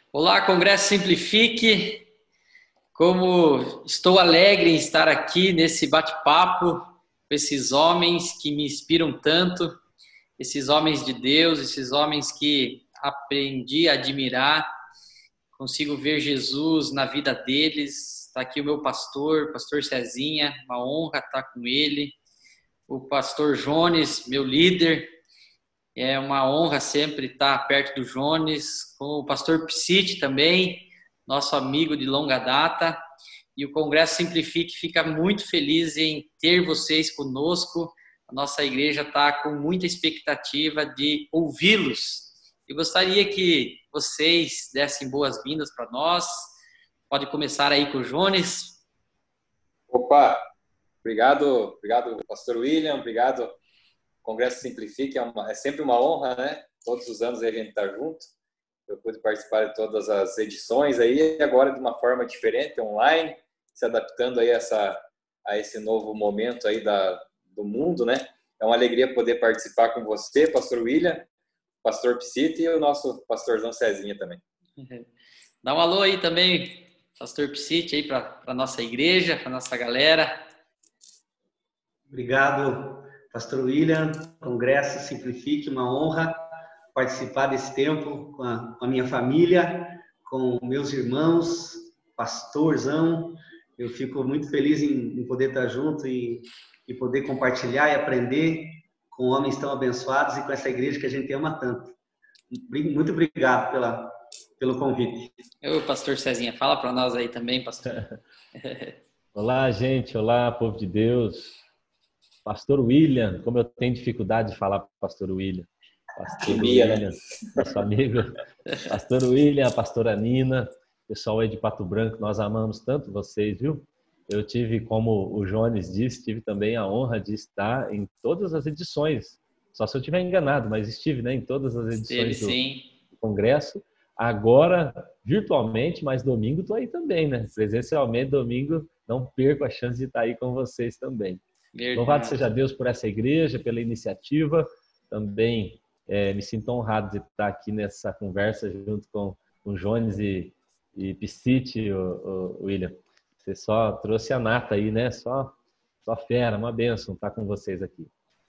Olá, Congresso Simplifique. Como estou alegre em estar aqui nesse bate-papo com esses homens que me inspiram tanto, esses homens de Deus, esses homens que aprendi a admirar. Consigo ver Jesus na vida deles. Está aqui o meu pastor Cezinha, uma honra estar com ele. O pastor Jones, meu líder. É uma honra sempre estar perto do Jones, com o pastor Psite também, nosso amigo de longa data. E o Congresso Simplifique fica muito feliz em ter vocês conosco. A nossa igreja está com muita expectativa de ouvi-los. Eu gostaria que vocês dessem boas-vindas para nós. Pode começar aí com o Jones. Opa, obrigado, pastor William, obrigado, Congresso Simplifique, é sempre uma honra, né? Todos os anos a gente está junto. Eu pude participar de todas as edições aí, agora de uma forma diferente, online, se adaptando aí a esse novo momento aí do mundo, né? É uma alegria poder participar com você, pastor William, pastor Psite e o nosso pastorzão Cezinha também. Dá um alô aí também, pastor Psite, aí para a nossa igreja, para a nossa galera. Obrigado, pastor William, Congresso Simplifique, uma honra participar desse tempo com a minha família, com meus irmãos, pastorzão. Eu fico muito feliz em poder estar junto e poder compartilhar e aprender com homens tão abençoados e com essa igreja que a gente ama tanto. Muito obrigado pelo convite. Ô, pastor Cezinha, fala para nós aí também, pastor. Olá, gente. Olá, povo de Deus. Pastor William, como eu tenho dificuldade de falar pastor William. Pastor William, nosso amigo. Pastor William, a pastora Nina, pessoal aí de Pato Branco, nós amamos tanto vocês, viu? Eu tive, como o Jones disse, tive também a honra de estar em todas as edições. Só se eu estiver enganado, mas estive, né, em todas as edições do Congresso. Agora, virtualmente, mas domingo estou aí também, né? Presencialmente, domingo, não perco a chance de estar aí com vocês também. Verdade. Louvado seja Deus por essa igreja, pela iniciativa. Também me sinto honrado de estar aqui nessa conversa junto com o Jones e Psite, o William. Você só trouxe a nata aí, né? Só fera, uma bênção estar com vocês aqui.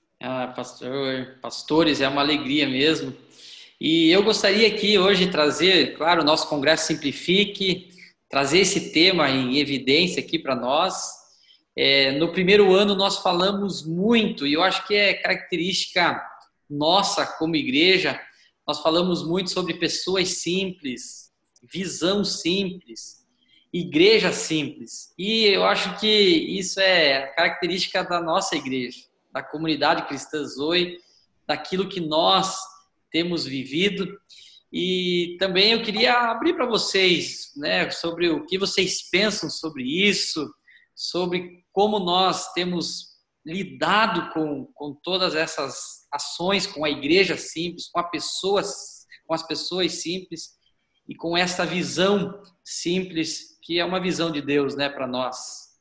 Pastores, é uma alegria mesmo. E eu gostaria aqui hoje trazer, claro, o nosso Congresso Simplifique, trazer esse tema em evidência aqui para nós. No primeiro ano nós falamos muito, e eu acho que é característica nossa como igreja, nós falamos muito sobre pessoas simples, visão simples, igreja simples. E eu acho que isso é característica da nossa igreja, da comunidade cristã Zoe, daquilo que nós temos vivido. E também eu queria abrir para vocês, né, sobre o que vocês pensam sobre isso, sobre como nós temos lidado com todas essas ações, com a igreja simples, com as pessoas simples e com essa visão simples, que é uma visão de Deus, né, para nós.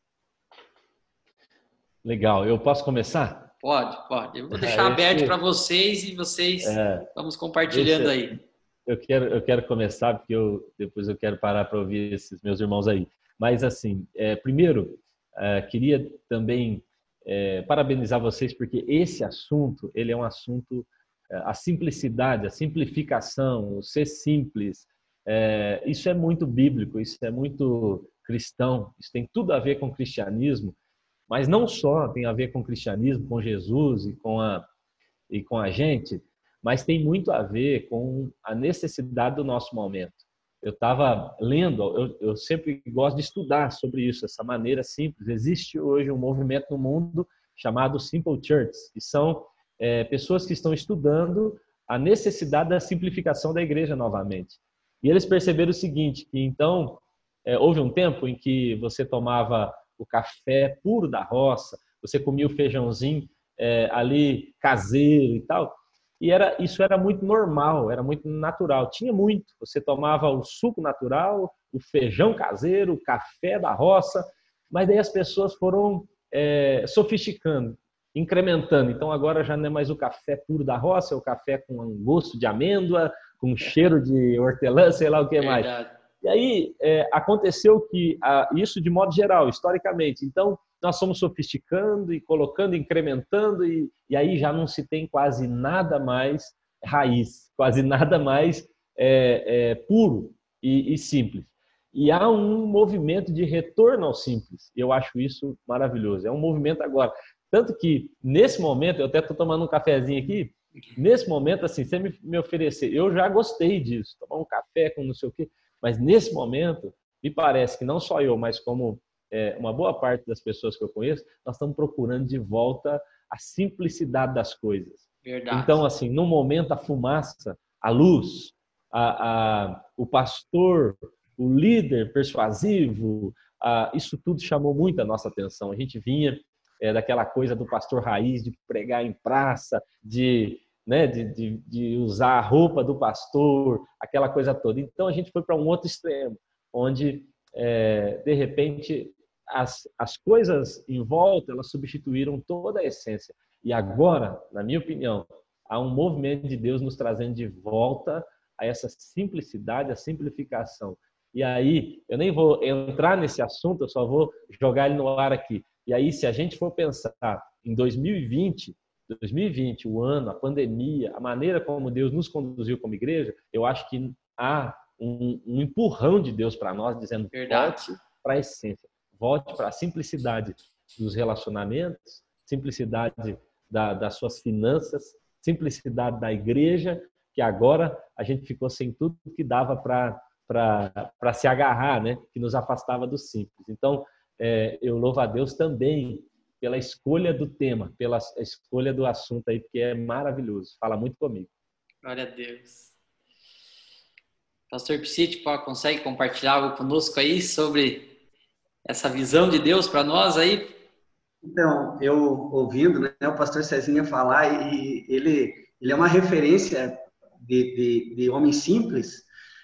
Legal. Eu posso começar? Pode. Eu vou deixar aberto para vocês e vocês vamos compartilhando aí. Eu quero começar porque depois eu quero parar para ouvir esses meus irmãos aí. Mas assim, primeiro, queria também parabenizar vocês porque esse assunto, ele é um assunto, a simplicidade, a simplificação, o ser simples, isso é muito bíblico, isso é muito cristão, isso tem tudo a ver com o cristianismo, mas não só tem a ver com o cristianismo, com Jesus e com a gente, mas tem muito a ver com a necessidade do nosso momento. Eu estava lendo, eu sempre gosto de estudar sobre isso, essa maneira simples. Existe hoje um movimento no mundo chamado Simple Church, que são pessoas que estão estudando a necessidade da simplificação da igreja novamente. E eles perceberam o seguinte, que então houve um tempo em que você tomava o café puro da roça, você comia o feijãozinho ali caseiro e tal, e isso era muito normal, era muito natural. Tinha muito. Você tomava o suco natural, o feijão caseiro, o café da roça, mas daí as pessoas foram sofisticando, incrementando. Então agora já não é mais o café puro da roça, é o café com um gosto de amêndoa, com cheiro de hortelã, sei lá o que mais. Verdade. E aí aconteceu que isso de modo geral, historicamente. Então, nós fomos sofisticando e colocando, incrementando, e aí já não se tem quase nada mais raiz, quase nada mais puro e simples. E há um movimento de retorno ao simples. Eu acho isso maravilhoso. É um movimento agora. Tanto que, nesse momento, eu até estou tomando um cafezinho aqui, nesse momento, assim, você me oferecer, eu já gostei disso, tomar um café com não sei o quê, mas nesse momento, me parece que não só eu, mas como uma boa parte das pessoas que eu conheço, nós estamos procurando de volta a simplicidade das coisas. Verdade. Então, assim, no momento, a fumaça, a luz, o pastor, o líder persuasivo, isso tudo chamou muito a nossa atenção. A gente vinha daquela coisa do pastor raiz, de pregar em praça, de usar a roupa do pastor, aquela coisa toda. Então, a gente foi para um outro extremo, onde, de repente, as coisas em volta, elas substituíram toda a essência. E agora, na minha opinião, há um movimento de Deus nos trazendo de volta a essa simplicidade, a simplificação. E aí, eu nem vou entrar nesse assunto, eu só vou jogar ele no ar aqui. E aí, se a gente for pensar em 2020, o ano, a pandemia, a maneira como Deus nos conduziu como igreja, eu acho que há um empurrão de Deus para nós, dizendo: volte para a essência, volte para a simplicidade dos relacionamentos, simplicidade das suas finanças, simplicidade da igreja, que agora a gente ficou sem tudo que dava para se agarrar, né? Que nos afastava do simples. Então, eu louvo a Deus também pela escolha do tema, pela escolha do assunto aí, porque é maravilhoso, fala muito comigo. Glória a Deus. Pastor Psite, consegue compartilhar algo conosco aí sobre essa visão de Deus para nós aí? Então, eu ouvindo, né, o pastor Cezinha falar, e ele é uma referência de homem simples,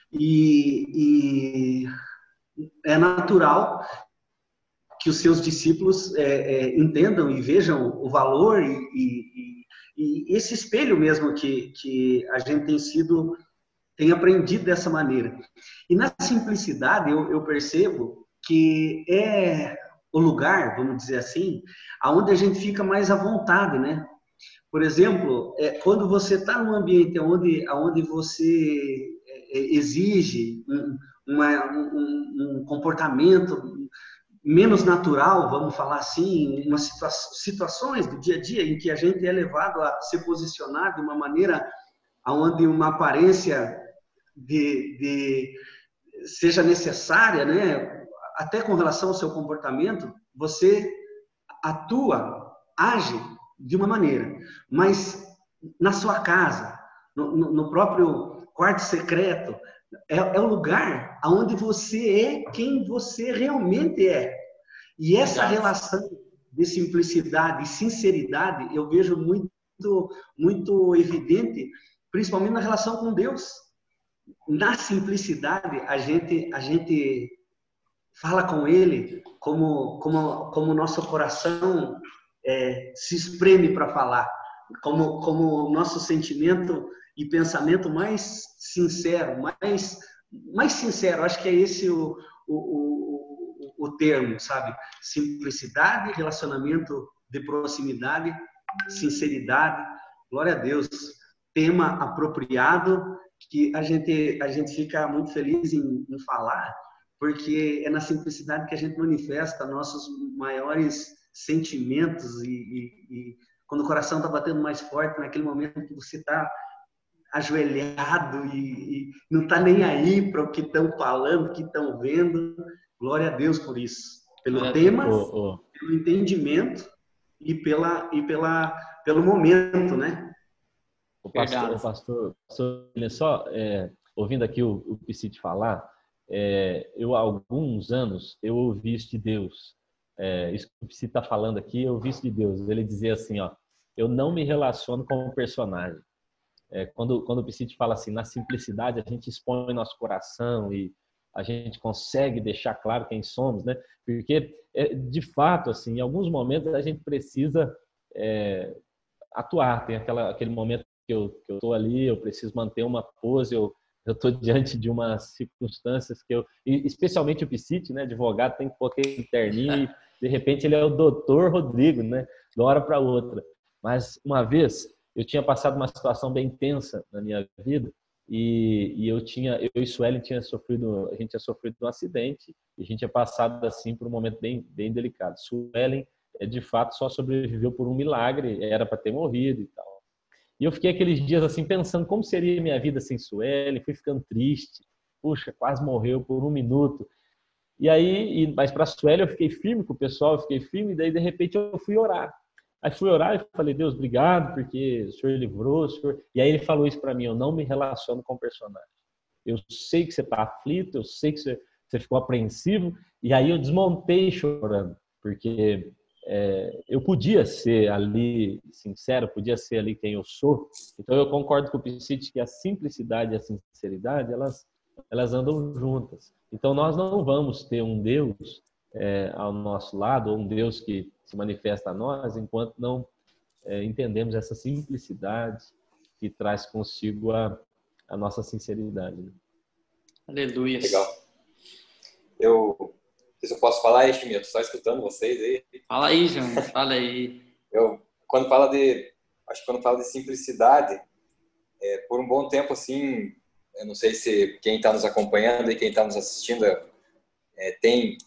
e é natural que os seus discípulos entendam e vejam o valor e esse espelho mesmo que a gente tem aprendido dessa maneira. E na simplicidade eu percebo que é o lugar, vamos dizer assim, aonde a gente fica mais à vontade, né? Por exemplo, quando você está num ambiente onde você exige um comportamento menos natural, vamos falar assim, umas situações do dia a dia em que a gente é levado a se posicionar de uma maneira onde uma aparência seja necessária, né? Até com relação ao seu comportamento, você atua, age de uma maneira, mas na sua casa, no próprio quarto secreto, é o lugar onde você é quem você realmente é. E essa relação de simplicidade e sinceridade eu vejo muito, muito evidente, principalmente na relação com Deus. Na simplicidade, a gente fala com Ele como o nosso coração se espreme para falar, como o nosso sentimento e pensamento mais sincero, mais sincero, acho que é esse o termo, sabe? Simplicidade, relacionamento de proximidade, sinceridade, glória a Deus, tema apropriado, que a gente fica muito feliz em falar, porque é na simplicidade que a gente manifesta nossos maiores sentimentos e quando o coração está batendo mais forte, naquele momento que você está ajoelhado e não está nem aí para o que estão falando, o que estão vendo. Glória a Deus por isso. Pelo tema, pelo entendimento e pelo momento, né? O pastor, olha só, ouvindo aqui o Psite falar, eu há alguns anos eu ouvi isso de Deus. Isso que o Psite está falando aqui, eu ouvi isso de Deus. Ele dizia assim, ó: eu não me relaciono com o personagem. Quando o Psite fala assim, na simplicidade a gente expõe nosso coração e a gente consegue deixar claro quem somos, né? Porque, de fato, assim, em alguns momentos a gente precisa atuar. Tem aquele momento eu estou ali, eu preciso manter uma pose, eu estou diante de umas circunstâncias que especialmente o Piscite, né, advogado, tem que pôr aquele terninho e de repente ele é o doutor Rodrigo, né, de uma hora para outra. Mas uma vez eu tinha passado uma situação bem tensa na minha vida e eu e Suelen a gente tinha sofrido um acidente e a gente tinha passado assim por um momento bem delicado. Suelen de fato só sobreviveu por um milagre, era para ter morrido e tal. E eu fiquei aqueles dias assim pensando como seria minha vida sem Suelen, fui ficando triste. Puxa, quase morreu por um minuto. E aí, mas para a Sueli eu fiquei firme com o pessoal, eu fiquei firme, e daí de repente eu fui orar. Aí fui orar e falei, Deus, obrigado, porque o Senhor livrou, o Senhor... E aí ele falou isso para mim, eu não me relaciono com o personagem. Eu sei que você está aflito, eu sei que você ficou apreensivo, e aí eu desmontei chorando, porque eu podia ser ali sincero, podia ser ali quem eu sou. Então eu concordo com o Piscite que a simplicidade e a sinceridade, elas andam juntas. Então, nós não vamos ter um Deus ao nosso lado, ou um Deus que se manifesta a nós, enquanto não entendemos essa simplicidade que traz consigo a nossa sinceridade. Né? Aleluia. Legal. Se eu posso falar, Estimio, eu estou só escutando vocês aí. Fala aí, João, fala aí. Quando fala de simplicidade, por um bom tempo, assim, eu não sei se quem está nos acompanhando e quem está nos assistindo tem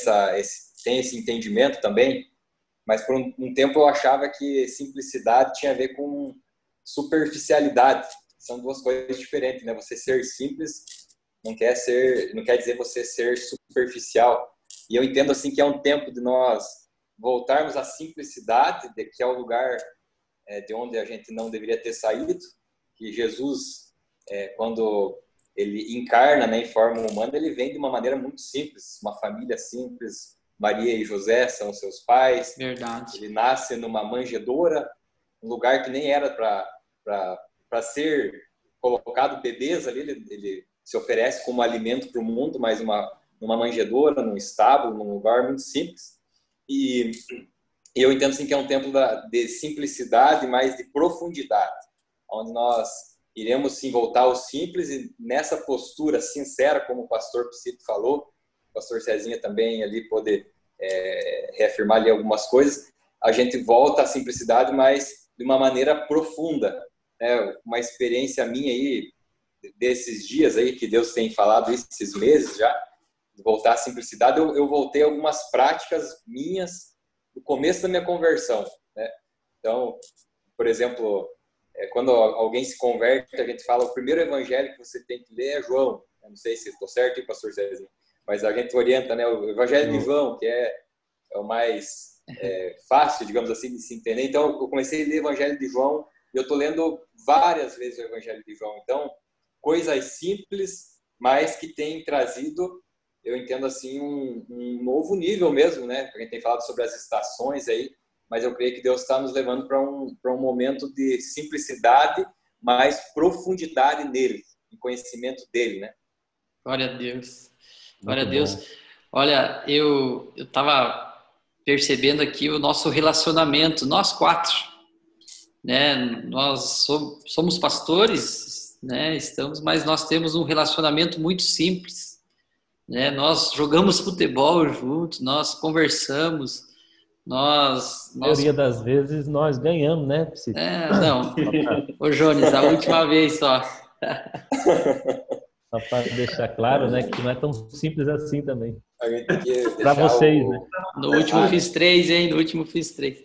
esse entendimento também, mas por um tempo eu achava que simplicidade tinha a ver com superficialidade. São duas coisas diferentes, né? Você ser simples não quer dizer você ser superficial. E eu entendo assim que é um tempo de nós voltarmos à simplicidade, que é o lugar de onde a gente não deveria ter saído, que Jesus, quando ele encarna, né, em forma humana, ele vem de uma maneira muito simples, uma família simples, Maria e José são seus pais. Verdade. Ele nasce numa manjedoura, um lugar que nem era para ser colocado bebês ali, ele se oferece como alimento para o mundo, mas numa manjedoura, num estábulo, num lugar muito simples. E eu entendo assim, que é um tempo de simplicidade, mas de profundidade, onde nós iremos sim voltar ao simples e nessa postura sincera, como o pastor Piscite falou, o pastor Cezinha também ali poder reafirmar ali algumas coisas, a gente volta à simplicidade, mas de uma maneira profunda, né? Uma experiência minha aí, desses dias aí, que Deus tem falado esses meses já, de voltar à simplicidade, eu voltei a algumas práticas minhas do começo da minha conversão, né? Então, por exemplo, quando alguém se converte, a gente fala, o primeiro evangelho que você tem que ler é João. Eu não sei se estou certo, pastor Cezinha, mas a gente orienta, né, o evangelho de João, que é o mais fácil, digamos assim, de se entender. Então, eu comecei a ler o evangelho de João e eu estou lendo várias vezes o evangelho de João. Então, coisas simples, mas que têm trazido, eu entendo assim, um novo nível mesmo, né? A gente tem falado sobre as estações aí, mas eu creio que Deus está nos levando para um momento de simplicidade, mas profundidade nele, em conhecimento dele, né? Glória a Deus. Glória a Deus. Olha, eu estava percebendo aqui o nosso relacionamento, nós quatro, né? Nós somos pastores, né? Mas nós temos um relacionamento muito simples, né? Nós jogamos futebol juntos, nós conversamos, A maioria das vezes nós ganhamos, né, Piscite? Não. Ô, Jones, a última vez só. Só para deixar claro, né, que não é tão simples assim também. Para vocês, né? No último fiz 3, hein? No último fiz 3.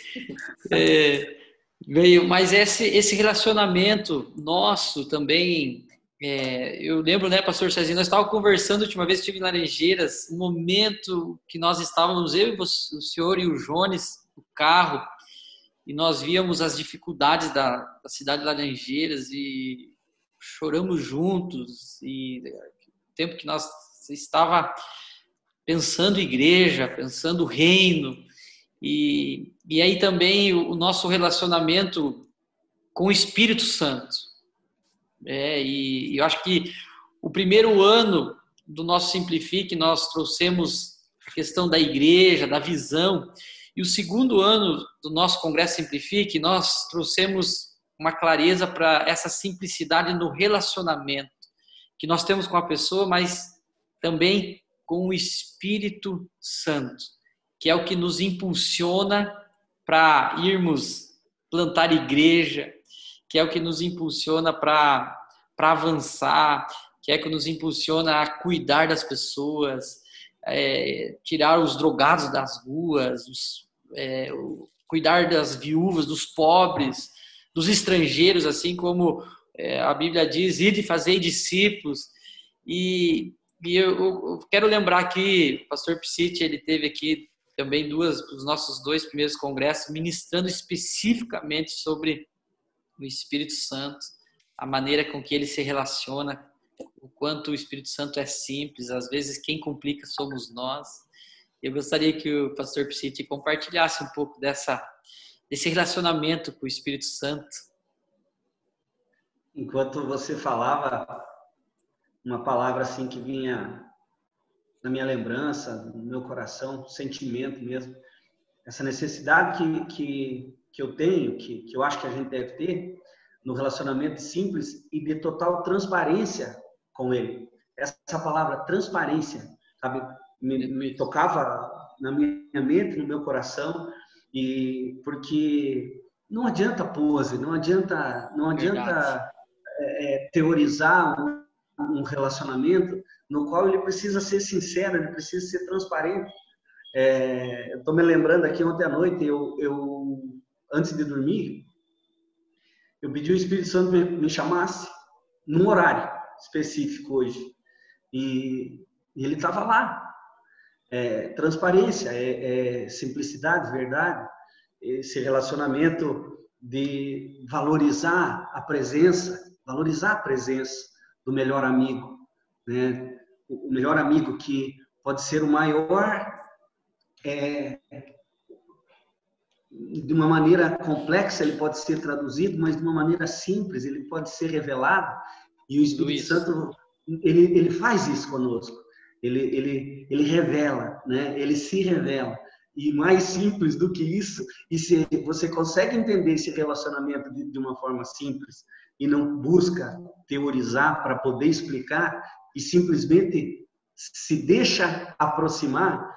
Mas esse relacionamento nosso também, eu lembro, né, pastor Cezinho, nós estávamos conversando a última vez que estive em Laranjeiras, um momento que nós estávamos, eu e o senhor e o Jones, no carro, e nós víamos as dificuldades da cidade de Laranjeiras e choramos juntos, e o tempo que nós estava pensando igreja, pensando reino, e aí também o nosso relacionamento com o Espírito Santo. E eu acho que o primeiro ano do nosso Simplifique, nós trouxemos a questão da igreja, da visão, e o segundo ano do nosso Congresso Simplifique, nós trouxemos uma clareza para essa simplicidade no relacionamento que nós temos com a pessoa, mas também com o Espírito Santo, que é o que nos impulsiona para irmos plantar igreja, que é o que nos impulsiona para avançar, que é o que nos impulsiona a cuidar das pessoas, tirar os drogados das ruas, cuidar das viúvas, dos pobres, dos estrangeiros, assim como a Bíblia diz, ide e fazei discípulos. E eu quero lembrar aqui, o pastor Psiti, ele teve aqui também os nossos 2 primeiros congressos, ministrando especificamente sobre o Espírito Santo, a maneira com que ele se relaciona, o quanto o Espírito Santo é simples, às vezes quem complica somos nós. Eu gostaria que o pastor Psiti compartilhasse um pouco desse relacionamento com o Espírito Santo. Enquanto você falava, uma palavra assim que vinha na minha lembrança, no meu coração, sentimento mesmo, essa necessidade que eu tenho, que eu acho que a gente deve ter no relacionamento simples e de total transparência com ele. Essa palavra transparência, sabe, me tocava na minha mente, no meu coração, e porque não adianta pose, não adianta teorizar um relacionamento no qual ele precisa ser sincero, ele precisa ser transparente. Eu estou me lembrando aqui, ontem à noite, eu antes de dormir, eu pedi ao Espírito Santo me chamasse num horário específico hoje. E ele estava lá. Transparência, simplicidade, verdade, esse relacionamento de valorizar a presença do melhor amigo, né? O melhor amigo que pode ser o maior, de uma maneira complexa ele pode ser traduzido, mas de uma maneira simples ele pode ser revelado, e o Espírito Santo ele faz isso conosco, ele revela, né? Ele se revela, e mais simples do que isso, e se você consegue entender esse relacionamento de uma forma simples e não busca teorizar para poder explicar, e simplesmente se deixa aproximar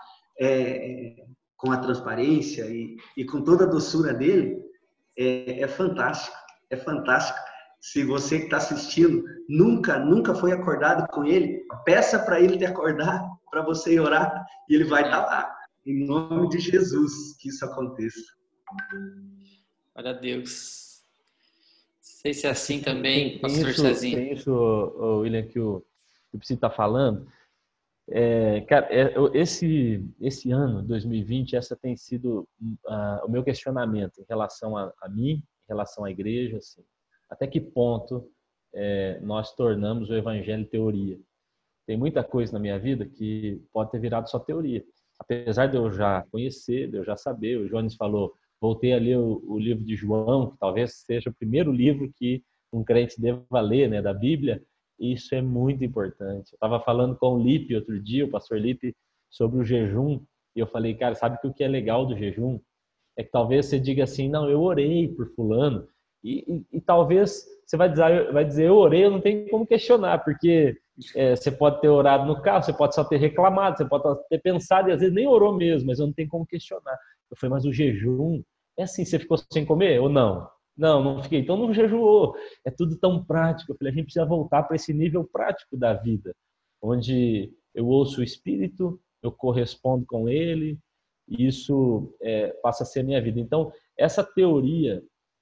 com a transparência e com toda a doçura dele, é fantástico, é fantástico. Se você que está assistindo nunca foi acordado com ele, peça para ele te acordar, para você orar, e ele vai estar lá. Em nome de Jesus, que isso aconteça. Glória a Deus. Não sei se é assim também, pastor Cezinho. Tem isso, William, que o Psiti está falando. Cara, esse ano, 2020, essa tem sido o meu questionamento em relação a mim, em relação à igreja, assim. Até que ponto nós tornamos o evangelho teoria? Tem muita coisa na minha vida que pode ter virado só teoria. Apesar de eu já conhecer, de eu já saber, o Jones falou, voltei a ler o livro de João, que talvez seja o primeiro livro que um crente deva ler, né, da Bíblia. Isso é muito importante. Eu estava falando com o Lipe outro dia, o pastor Lipe, sobre o jejum, e eu falei, cara, sabe que o que é legal do jejum? É que talvez você diga assim, não, eu orei por fulano, e talvez você vai dizer, eu orei, eu não tenho como questionar, porque você pode ter orado no carro, você pode só ter reclamado, você pode ter pensado, e às vezes nem orou mesmo, mas eu não tenho como questionar. Eu falei, mas o jejum, é assim, você ficou sem comer ou não? Não fiquei. Então não jejuou. É tudo tão prático. Eu falei, a gente precisa voltar para esse nível prático da vida, onde eu ouço o Espírito, eu correspondo com ele, e isso passa a ser a minha vida. Então, essa teoria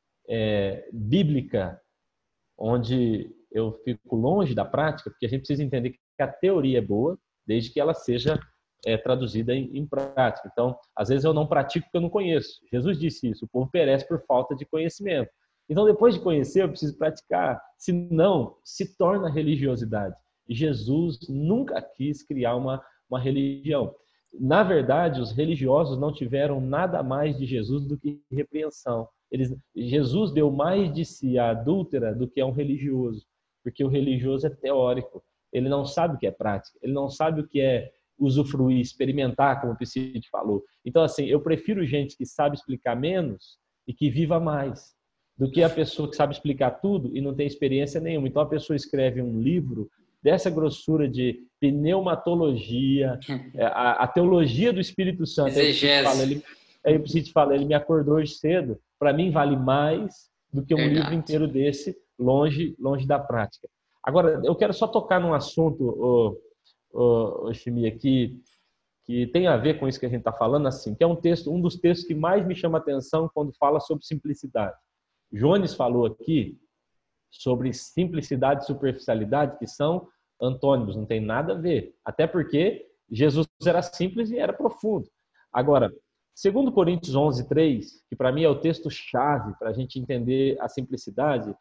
bíblica, onde eu fico longe da prática, porque a gente precisa entender que a teoria é boa, desde que ela seja traduzida em prática. Então, às vezes eu não pratico porque eu não conheço. Jesus disse isso, o povo perece por falta de conhecimento. Então, depois de conhecer, eu preciso praticar, senão se torna religiosidade. E Jesus nunca quis criar uma religião. Na verdade, os religiosos não tiveram nada mais de Jesus do que repreensão. Jesus deu mais de si à adúltera do que a um religioso, porque o religioso é teórico, ele não sabe o que é prática, ele não sabe o que é usufruir, experimentar, como o Psiti falou. Então, assim, eu prefiro gente que sabe explicar menos e que viva mais. do que a pessoa que sabe explicar tudo e não tem experiência nenhuma. Então a pessoa escreve um livro dessa grossura de pneumatologia, a teologia do Espírito Santo. Exegese. Eu preciso te falar, ele me acordou hoje cedo. Para mim vale mais do que um Verdade. livro inteiro desse, longe da prática. Agora, eu quero só tocar num assunto, Chimia, que tem a ver com isso que a gente está falando, assim, que é um dos textos que mais me chama a atenção quando fala sobre simplicidade. Jones falou aqui sobre simplicidade e superficialidade, que são antônimos, não tem nada a ver. Até porque Jesus era simples e era profundo. Agora, 2 Coríntios 11:3, que para mim é o texto-chave para a gente entender a simplicidade,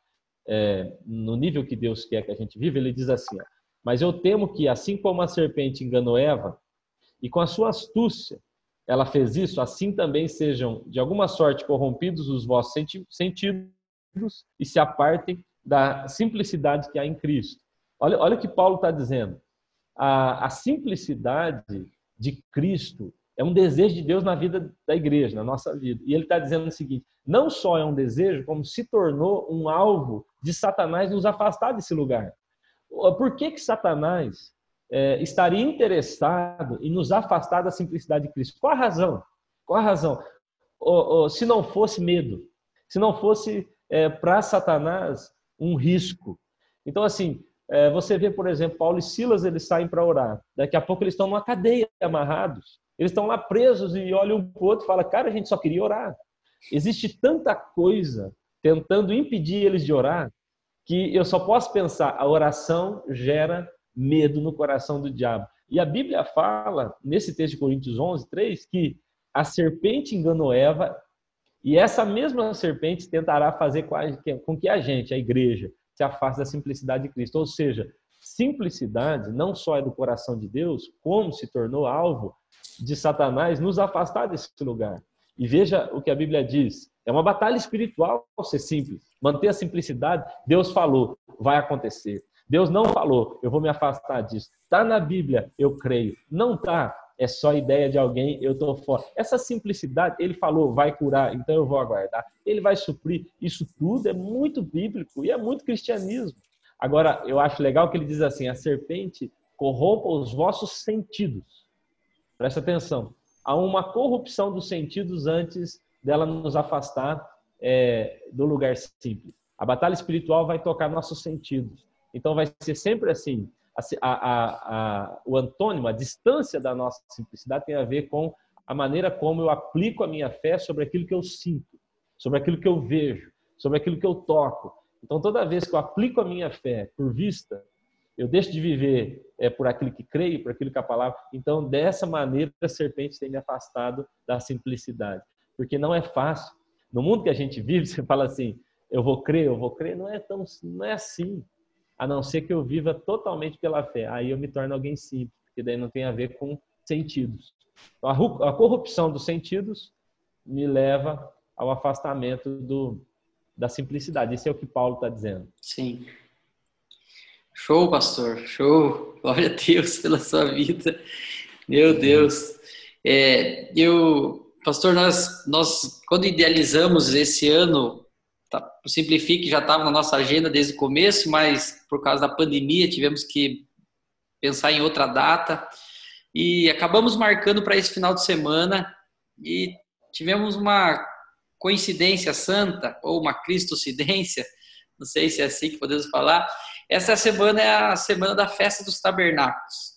no nível que Deus quer que a gente viva, ele diz assim, mas eu temo que, assim como a serpente enganou Eva, e com a sua astúcia ela fez isso, assim também sejam de alguma sorte corrompidos os vossos sentidos e se apartem da simplicidade que há em Cristo. Olha o que Paulo está dizendo. A simplicidade de Cristo é um desejo de Deus na vida da igreja, na nossa vida. E ele está dizendo o seguinte, não só é um desejo, como se tornou um alvo de Satanás nos afastar desse lugar. Por que Satanás estaria interessado em nos afastar da simplicidade de Cristo? Qual a razão? Qual a razão? Se não fosse medo, se não fosse para Satanás um risco. Então, assim, você vê, por exemplo, Paulo e Silas, eles saem para orar. Daqui a pouco eles estão numa cadeia, amarrados. Eles estão lá presos e olham um para o outro e falam, cara, a gente só queria orar. Existe tanta coisa tentando impedir eles de orar, que eu só posso pensar, a oração gera medo no coração do diabo. E a Bíblia fala, nesse texto de Coríntios 11:3, que a serpente enganou Eva e essa mesma serpente tentará fazer com que a gente, a igreja, se afaste da simplicidade de Cristo. Ou seja, simplicidade não só é do coração de Deus, como se tornou alvo de Satanás nos afastar desse lugar. E veja o que a Bíblia diz. É uma batalha espiritual ser simples. Manter a simplicidade. Deus falou, vai acontecer. Deus não falou, eu vou me afastar disso. Está na Bíblia, eu creio. Não está, é só ideia de alguém, eu estou fora. Essa simplicidade, ele falou, vai curar, então eu vou aguardar. Ele vai suprir. Isso tudo é muito bíblico e é muito cristianismo. Agora, eu acho legal que ele diz assim, a serpente corrompa os vossos sentidos. Presta atenção. Há uma corrupção dos sentidos antes dela nos afastar do lugar simples. A batalha espiritual vai tocar nossos sentidos. Então vai ser sempre assim. O antônimo, a distância da nossa simplicidade tem a ver com a maneira como eu aplico a minha fé sobre aquilo que eu sinto, sobre aquilo que eu vejo, sobre aquilo que eu toco. Então toda vez que eu aplico a minha fé por vista, eu deixo de viver por aquilo que creio, por aquilo que a palavra... Então, dessa maneira, a serpente tem me afastado da simplicidade. Porque não é fácil. No mundo que a gente vive, você fala assim, eu vou crer, não é assim. A não ser que eu viva totalmente pela fé. Aí eu me torno alguém simples, porque daí não tem a ver com sentidos. Então, a corrupção dos sentidos me leva ao afastamento da simplicidade. Isso é o que Paulo está dizendo. Sim. Show, pastor, show. Glória a Deus pela sua vida. Meu Deus. Pastor, nós quando idealizamos esse ano, o Simplifique já estava na nossa agenda desde o começo, mas por causa da pandemia tivemos que pensar em outra data e acabamos marcando para esse final de semana e tivemos uma coincidência santa ou uma cristocidência, não sei se é assim que podemos falar. Essa semana é a semana da festa dos tabernáculos.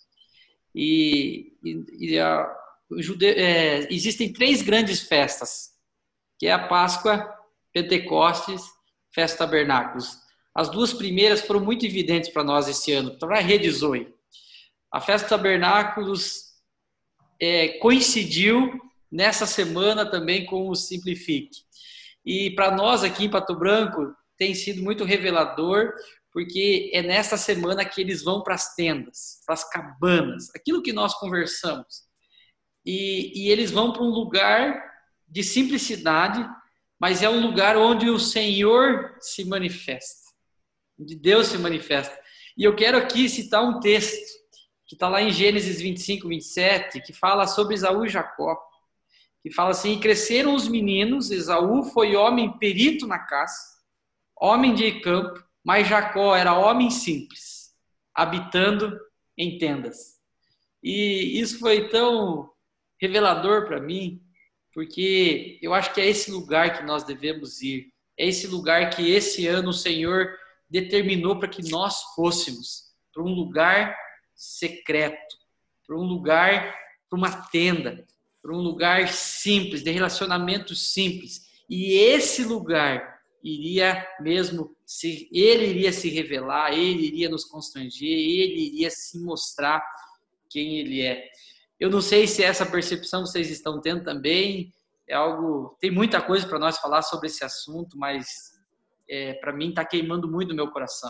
Existem 3 grandes festas, que é a Páscoa, Pentecostes, Festa dos Tabernáculos. As 2 primeiras foram muito evidentes para nós esse ano, para a Rede Zoe. A Festa dos Tabernáculos coincidiu nessa semana também com o Simplifique. E para nós aqui em Pato Branco tem sido muito revelador, porque é nessa semana que eles vão para as tendas, para as cabanas, aquilo que nós conversamos. E eles vão para um lugar de simplicidade, mas é um lugar onde o Senhor se manifesta, onde Deus se manifesta. E eu quero aqui citar um texto que está lá em Gênesis 25, 27, que fala sobre Esaú e Jacó, que fala assim: e cresceram os meninos, Esaú foi homem perito na caça, homem de campo, mas Jacó era homem simples, habitando em tendas. E isso foi tão revelador para mim, porque eu acho que é esse lugar que nós devemos ir, é esse lugar que esse ano o Senhor determinou para que nós fôssemos, para um lugar secreto, para um lugar, para uma tenda, para um lugar simples, de relacionamento simples. E esse lugar iria mesmo, ele iria se revelar, ele iria nos constranger, ele iria se mostrar quem ele é. Eu não sei se essa percepção vocês estão tendo também, é algo, tem muita coisa para nós falar sobre esse assunto, mas para mim está queimando muito no meu coração.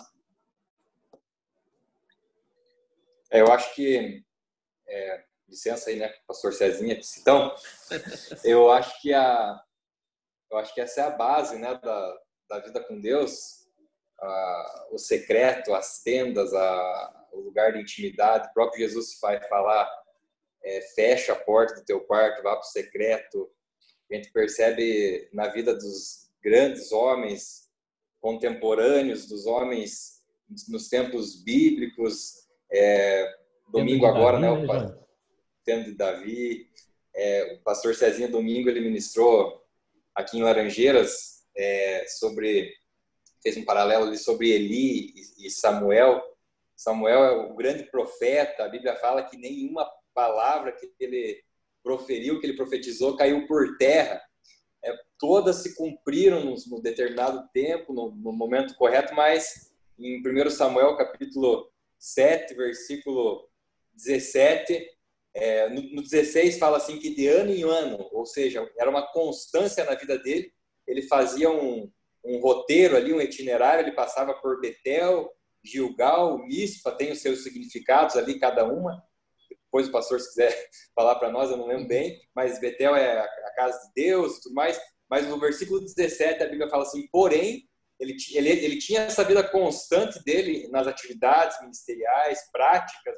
Eu acho que, licença aí, né, pastor Cezinha, então, eu acho que essa é a base, né, da vida com Deus, o secreto, as tendas, o lugar de intimidade. O próprio Jesus vai falar, fecha a porta do teu quarto, vá para o secreto. A gente percebe na vida dos grandes homens contemporâneos, dos homens nos tempos bíblicos, domingo agora, né, o tempo de Davi, o pastor Cezinha domingo ele ministrou aqui em Laranjeiras fez um paralelo ali sobre Eli e Samuel. Samuel é o grande profeta. A Bíblia fala que nenhuma palavra que ele proferiu, que ele profetizou, caiu por terra. Todas se cumpriram no determinado tempo, no momento correto, mas em 1 Samuel capítulo 7, versículo 17, no 16 fala assim que de ano em ano, ou seja, era uma constância na vida dele. Ele fazia um roteiro ali, um itinerário, ele passava por Betel, Gilgal, Mispa, tem os seus significados ali, cada uma. Depois o pastor, se quiser falar para nós, eu não lembro bem, mas Betel é a casa de Deus e tudo mais. Mas no versículo 17 a Bíblia fala assim: porém, ele tinha essa vida constante dele nas atividades ministeriais, práticas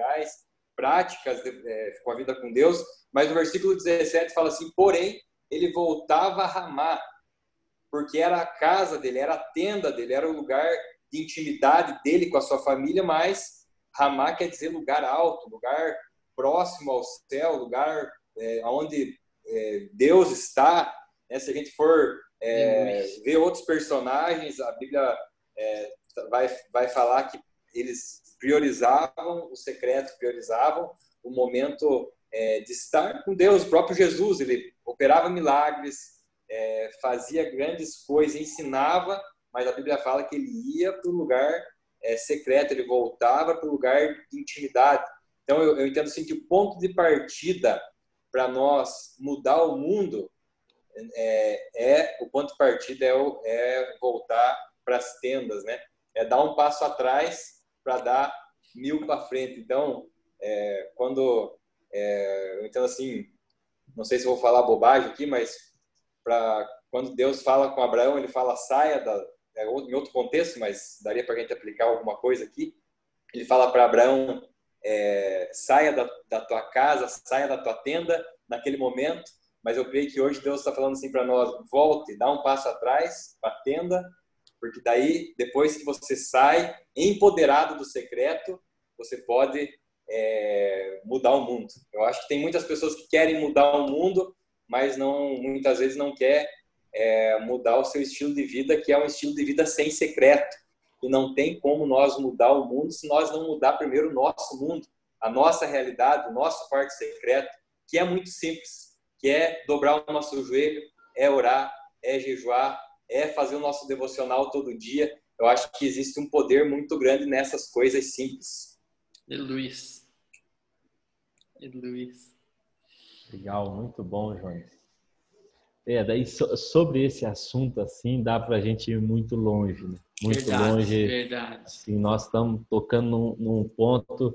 com a vida com Deus. Mas no versículo 17 fala assim: porém, ele voltava a Ramá, porque era a casa dele, era a tenda dele, era o lugar de intimidade dele com a sua família. Mas Ramá quer dizer lugar alto, lugar próximo ao céu, lugar onde Deus está. Se a gente for ver outros personagens, a Bíblia vai falar que eles priorizavam o secreto, priorizavam o momento de estar com Deus. O próprio Jesus, ele operava milagres, fazia grandes coisas, ensinava, mas a Bíblia fala que ele ia para o lugar secreto, ele voltava para o lugar de intimidade. Então eu entendo assim que o ponto de partida para nós mudar o mundo o ponto de partida é voltar para as tendas, né? É dar um passo atrás para dar 1000 para frente. Então, quando eu entendo assim, não sei se eu vou falar bobagem aqui, mas quando Deus fala com Abraão, ele fala saia em outro contexto, mas daria para a gente aplicar alguma coisa aqui. Ele fala para Abraão, saia da tua casa, saia da tua tenda naquele momento. Mas eu creio que hoje Deus está falando assim para nós: volte, dá um passo atrás para a tenda, porque daí, depois que você sai empoderado do secreto, você pode mudar o mundo. Eu acho que tem muitas pessoas que querem mudar o mundo, mas muitas vezes não quer mudar o seu estilo de vida, que é um estilo de vida sem secreto. E não tem como nós mudar o mundo se nós não mudar primeiro o nosso mundo, a nossa realidade, o nosso quarto secreto, que é muito simples. Que é dobrar o nosso joelho, orar, jejuar, fazer o nosso devocional todo dia. Eu acho que existe um poder muito grande nessas coisas simples. Luiz. Legal, muito bom, João. Daí sobre esse assunto, assim, dá para a gente ir muito longe, né? Muito longe. Verdade. Assim, nós estamos tocando num ponto...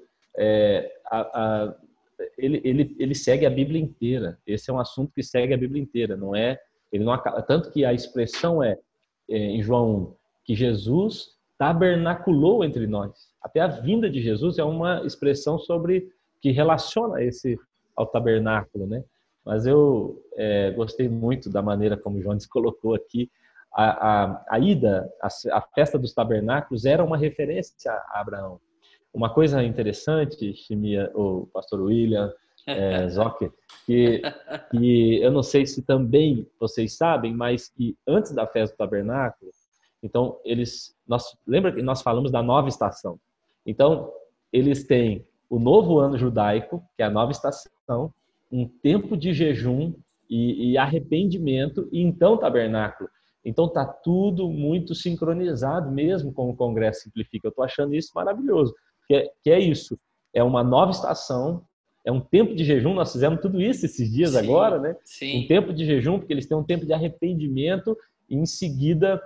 Ele segue a Bíblia inteira. Esse é um assunto que segue a Bíblia inteira. Não é? Ele não acaba, tanto que a expressão em João 1, que Jesus tabernaculou entre nós. Até a vinda de Jesus é uma expressão que relaciona esse ao tabernáculo, né? mas eu gostei muito da maneira como o Jones colocou aqui. A ida, a festa dos tabernáculos era uma referência a Abraão. Uma coisa interessante, Chimia, o pastor William, Zocker, que eu não sei se também vocês sabem, mas que antes da festa do tabernáculo, então lembra que nós falamos da nova estação? Então, eles têm o novo ano judaico, que é a nova estação, um tempo de jejum e arrependimento, e então tabernáculo. Então tá tudo muito sincronizado mesmo com o Congresso Simplifica. Eu estou achando isso maravilhoso, que é isso, é uma nova estação, é um tempo de jejum, nós fizemos tudo isso esses dias. Sim, agora, né? Sim. Um tempo de jejum, porque eles têm um tempo de arrependimento e em seguida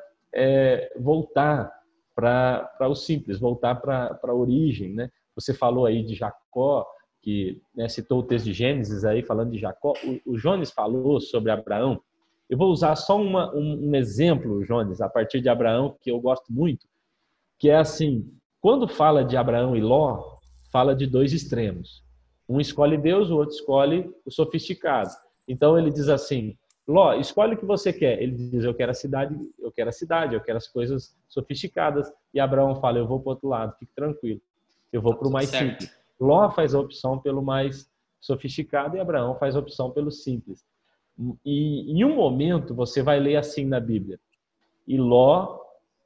voltar para o simples, voltar para a origem, né? Você falou aí de Jacó, que citou o texto de Gênesis aí, falando de Jacó. O Jones falou sobre Abraão. Eu vou usar só um exemplo, Jones, a partir de Abraão, que eu gosto muito, que é assim, quando fala de Abraão e Ló, fala de dois extremos. Um escolhe Deus, o outro escolhe o sofisticado. Então ele diz assim, Ló, escolhe o que você quer. Ele diz, eu quero a cidade, eu quero as coisas sofisticadas. E Abraão fala, eu vou para o outro lado, fique tranquilo. Eu vou para o mais simples. Ló faz a opção pelo mais sofisticado e Abraão faz a opção pelo simples. E em um momento você vai ler assim na Bíblia, e Ló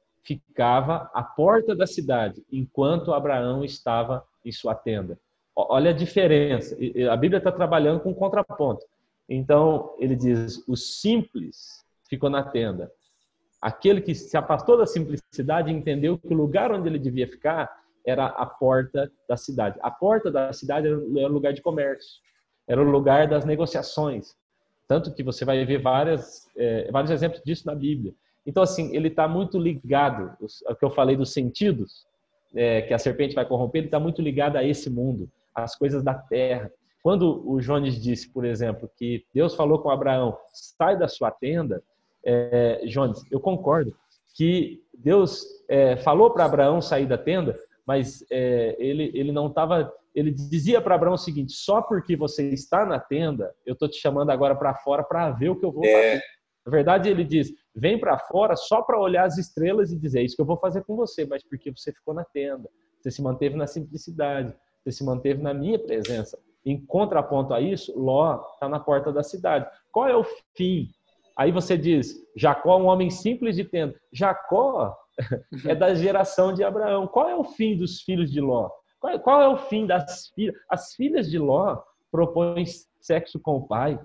ficava à porta da cidade, enquanto Abraão estava em sua tenda. Olha a diferença. A Bíblia está trabalhando com contraponto. Então, ele diz, o simples ficou na tenda. Aquele que se afastou da simplicidade entendeu que o lugar onde ele devia ficar era a porta da cidade. A porta da cidade era o lugar de comércio, era o lugar das negociações. Tanto que você vai ver vários exemplos disso na Bíblia. Então, assim, ele está muito ligado, o que eu falei dos sentidos, que a serpente vai corromper, ele está muito ligado a esse mundo, às coisas da terra. Quando o Jones disse, por exemplo, que Deus falou com Abraão, sai da sua tenda, Jones, eu concordo que Deus falou para Abraão sair da tenda, mas ele não estava... Ele dizia para Abraão o seguinte, só porque você está na tenda, eu estou te chamando agora para fora para ver o que eu vou fazer. Na verdade, ele diz, vem para fora só para olhar as estrelas e dizer, é isso que eu vou fazer com você, mas porque você ficou na tenda, você se manteve na simplicidade, você se manteve na minha presença. Em contraponto a isso, Ló está na porta da cidade. Qual é o fim? Aí você diz, Jacó é um homem simples de tenda. Jacó é da geração de Abraão. Qual é o fim dos filhos de Ló? Qual é o fim das filhas? As filhas de Ló propõem sexo com o pai.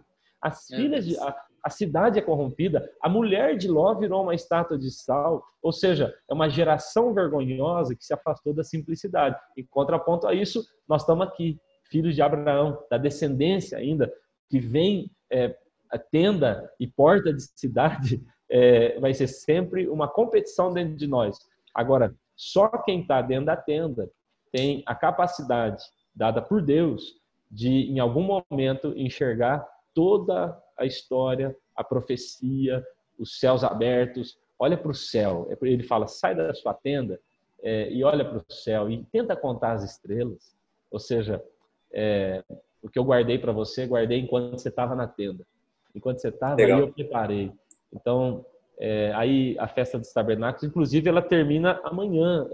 A cidade é corrompida. A mulher de Ló virou uma estátua de sal. Ou seja, é uma geração vergonhosa que se afastou da simplicidade. Em contraponto a isso, nós estamos aqui, filhos de Abraão, da descendência ainda, que vem a tenda e porta de cidade, vai ser sempre uma competição dentro de nós. Agora, só quem está dentro da tenda tem a capacidade dada por Deus de, em algum momento, enxergar toda a história, a profecia, os céus abertos. Olha para o céu. Ele fala, sai da sua tenda e olha para o céu e tenta contar as estrelas. Ou seja, o que eu guardei para você, guardei enquanto você estava na tenda. Enquanto você estava aí, eu preparei. Então, aí a festa dos tabernáculos, inclusive, ela termina amanhã.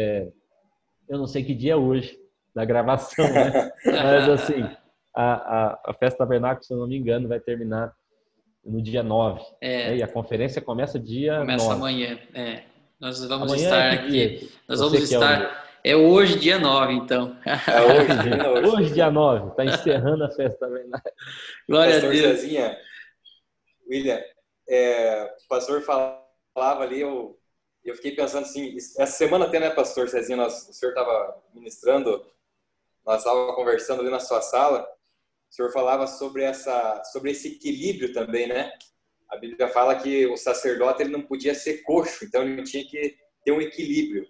Eu não sei que dia é hoje, da gravação, né? Mas, assim, a festa do tabernáculo, se eu não me engano, vai terminar no dia 9. E a conferência começa dia 9. Começa amanhã. Nós vamos amanhã estar aqui. Dia? Nós vamos estar... É hoje, dia 9, então. Hoje, dia 9. Está encerrando a festa do tabernáculo. Glória a Deus. Zezinha, William, o pastor falava ali, eu fiquei pensando assim, essa semana até, né, pastor Cezinha, o senhor estava ministrando, nós estávamos conversando ali na sua sala, o senhor falava sobre esse equilíbrio também, né? A Bíblia fala que o sacerdote ele não podia ser coxo, então ele tinha que ter um equilíbrio.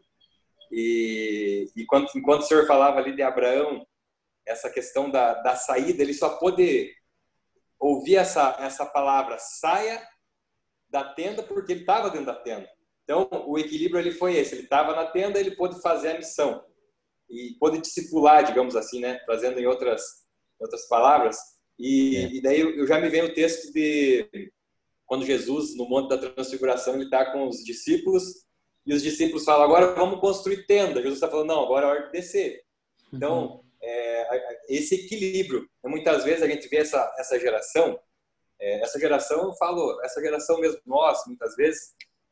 E enquanto o senhor falava ali de Abraão, essa questão da saída, ele só pôde ouvir essa palavra, saia da tenda, porque ele estava dentro da tenda. Então, o equilíbrio ele foi esse. Ele estava na tenda, ele pôde fazer a missão. E pôde discipular, digamos assim, né? Trazendo em outras palavras. E daí eu já me vem o texto de quando Jesus, no Monte da Transfiguração, ele está com os discípulos, e os discípulos falam, agora vamos construir tenda. Jesus está falando, não, agora é hora de descer. Então, esse equilíbrio. Muitas vezes a gente vê essa geração, eu falo, essa geração mesmo, nós, muitas vezes,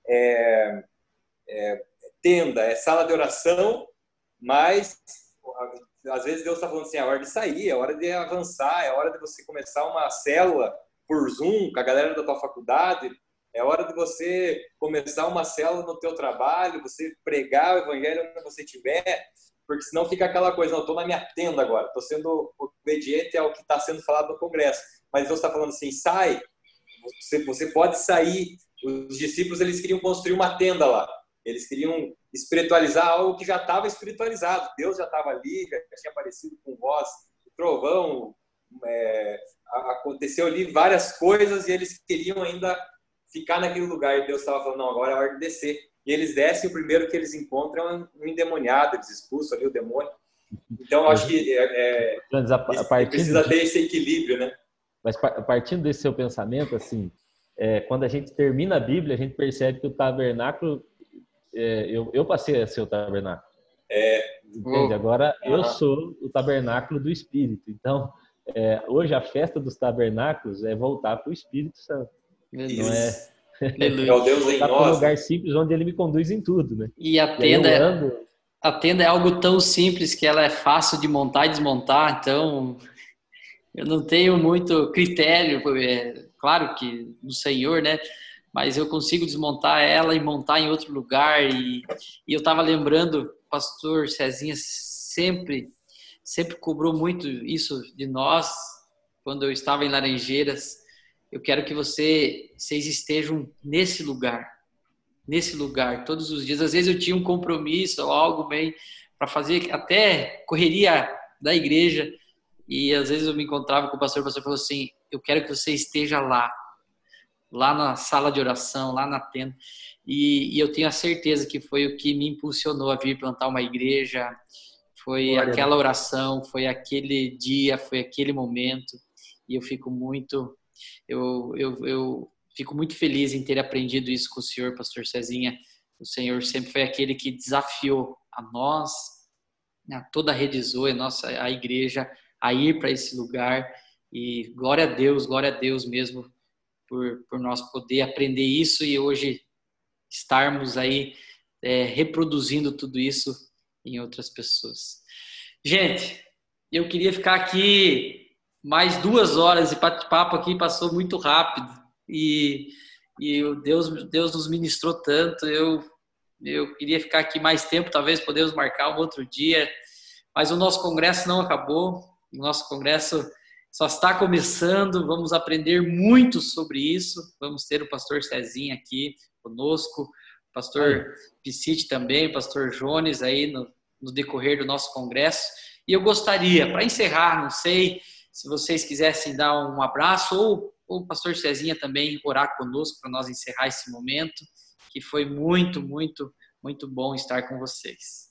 tenda, sala de oração, mas às vezes Deus está falando assim, é hora de sair, é hora de avançar, é hora de você começar uma célula por Zoom com a galera da tua faculdade, é hora de você começar uma célula no teu trabalho, você pregar o evangelho onde você estiver, porque senão fica aquela coisa, não, eu estou na minha tenda agora, estou sendo obediente ao que está sendo falado no congresso, mas Deus está falando assim, sai, você pode sair. Os discípulos, eles queriam construir uma tenda lá, eles queriam espiritualizar algo que já estava espiritualizado, Deus já estava ali, já tinha aparecido com voz, trovão, aconteceu ali várias coisas e eles queriam ainda ficar naquele lugar, e Deus estava falando, não, agora é hora de descer. E eles descem, o primeiro que eles encontram é um endemoniado, eles expulsam ali o demônio. Então, eu acho que precisa ter esse equilíbrio, né? Mas partindo desse seu pensamento, assim, quando a gente termina a Bíblia, a gente percebe que o tabernáculo, eu passei a ser o tabernáculo. Entende? Agora, eu sou o tabernáculo do Espírito. Então, hoje a festa dos tabernáculos é voltar para o Espírito Santo. Não é? É o Deus em nós. Um lugar simples onde ele me conduz em tudo, né? E a tenda é algo tão simples que ela é fácil de montar e desmontar, então eu não tenho muito critério, claro que no Senhor, né? Mas eu consigo desmontar ela e montar em outro lugar. E eu estava lembrando, o pastor Cezinha sempre cobrou muito isso de nós, quando eu estava em Laranjeiras. Eu quero que vocês estejam nesse lugar, todos os dias. Às vezes eu tinha um compromisso ou algo bem para fazer, até correria da igreja, e às vezes eu me encontrava com o pastor falou assim, eu quero que você esteja lá na sala de oração, lá na tenda, e eu tenho a certeza que foi o que me impulsionou a vir plantar uma igreja, foi aquela oração, foi aquele dia, foi aquele momento, e eu fico muito feliz em ter aprendido isso com o senhor, pastor Cezinha. O Senhor sempre foi aquele que desafiou a nós, a toda a Rede Zoe, a igreja, a ir para esse lugar. E glória a Deus mesmo por nós poder aprender isso e hoje estarmos aí reproduzindo tudo isso em outras pessoas. Gente, eu queria ficar aqui mais 2 horas e bate-papo aqui passou muito rápido e Deus nos ministrou tanto. Eu queria ficar aqui mais tempo, talvez podemos marcar um outro dia, mas o nosso congresso não acabou, o nosso congresso só está começando, vamos aprender muito sobre isso, vamos ter o pastor Cezinha aqui conosco, o pastor Piscite também, o pastor Jones aí no decorrer do nosso congresso. E eu gostaria, para encerrar, não sei se vocês quisessem dar um abraço ou o pastor Cezinha também orar conosco para nós encerrar esse momento, que foi muito, muito, muito bom estar com vocês.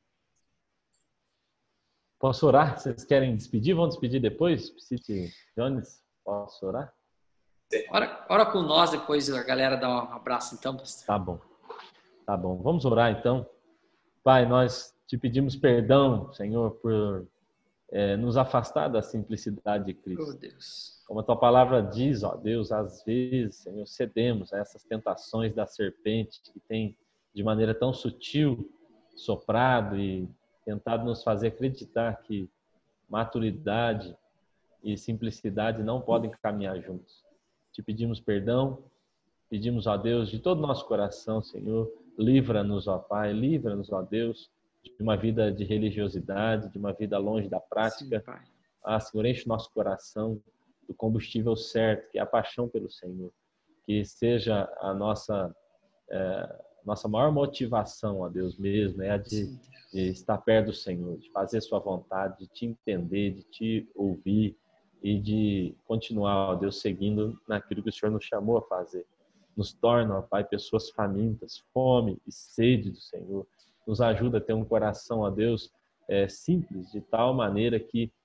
Posso orar? Vocês querem despedir? Vão despedir depois? Piscite, Jones, posso orar? Ora com nós, depois a galera dá um abraço então, pastor. Tá bom. Vamos orar então. Pai, nós te pedimos perdão, Senhor, por nos afastar da simplicidade de Cristo. Oh, Deus. Como a tua palavra diz, ó Deus, às vezes, Senhor, cedemos a essas tentações da serpente que tem de maneira tão sutil soprado e tentado nos fazer acreditar que maturidade e simplicidade não podem caminhar juntos. Te pedimos perdão, pedimos a Deus de todo o nosso coração, Senhor, livra-nos, ó Pai, livra-nos, ó Deus, de uma vida de religiosidade, de uma vida longe da prática. Sim, Pai. Senhor, enche o nosso coração do combustível certo, que é a paixão pelo Senhor, que seja a nossa maior motivação, ó Deus mesmo, é a de estar perto do Senhor, de fazer sua vontade, de te entender, de te ouvir e de continuar, ó Deus, seguindo naquilo que o Senhor nos chamou a fazer. Nos torna, ó Pai, pessoas famintas, fome e sede do Senhor. Nos ajuda a ter um coração, ó Deus, simples, de tal maneira que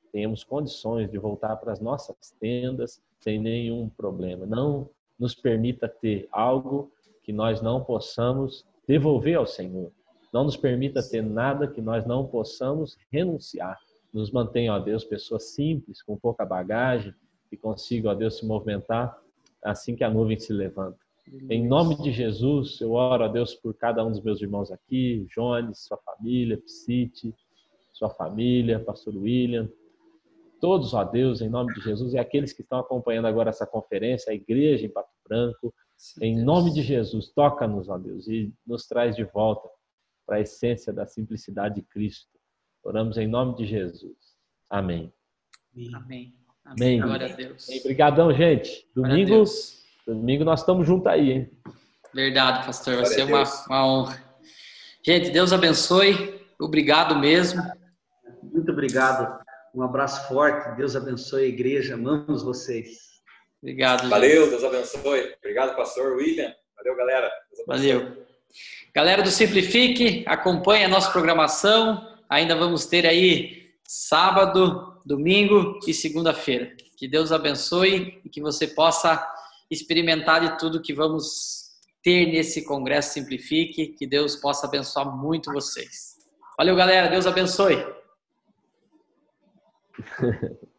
tenhamos condições de voltar para as nossas tendas sem nenhum problema. Não nos permita ter algo que nós não possamos devolver ao Senhor. Não nos permita ter nada que nós não possamos renunciar. Nos mantenha, ó Deus, pessoas simples, com pouca bagagem, que consigam, ó Deus, se movimentar assim que a nuvem se levanta. Em nome de Jesus, eu oro, ó Deus, por cada um dos meus irmãos aqui, Jones, sua família, Psite, sua família, pastor William, todos, ó Deus, em nome de Jesus, e aqueles que estão acompanhando agora essa conferência, a igreja em Pato Branco, em nome de Jesus, toca-nos, ó Deus, e nos traz de volta para a essência da simplicidade de Cristo. Oramos em nome de Jesus. Amém. Amém. Amém. Glória a Deus. Obrigadão, gente. Domingo nós estamos juntos aí, hein? Verdade, pastor. Vai ser uma honra. Gente, Deus abençoe. Obrigado mesmo. Muito obrigado. Um abraço forte. Deus abençoe a igreja. Amamos vocês. Obrigado, gente. Valeu, Deus abençoe. Obrigado, pastor William. Valeu, galera. Valeu. Galera do Simplifique, acompanhe a nossa programação. Ainda vamos ter aí sábado, domingo e segunda-feira. Que Deus abençoe e que você possa experimentar de tudo que vamos ter nesse Congresso Simplifique. Que Deus possa abençoar muito vocês. Valeu, galera. Deus abençoe.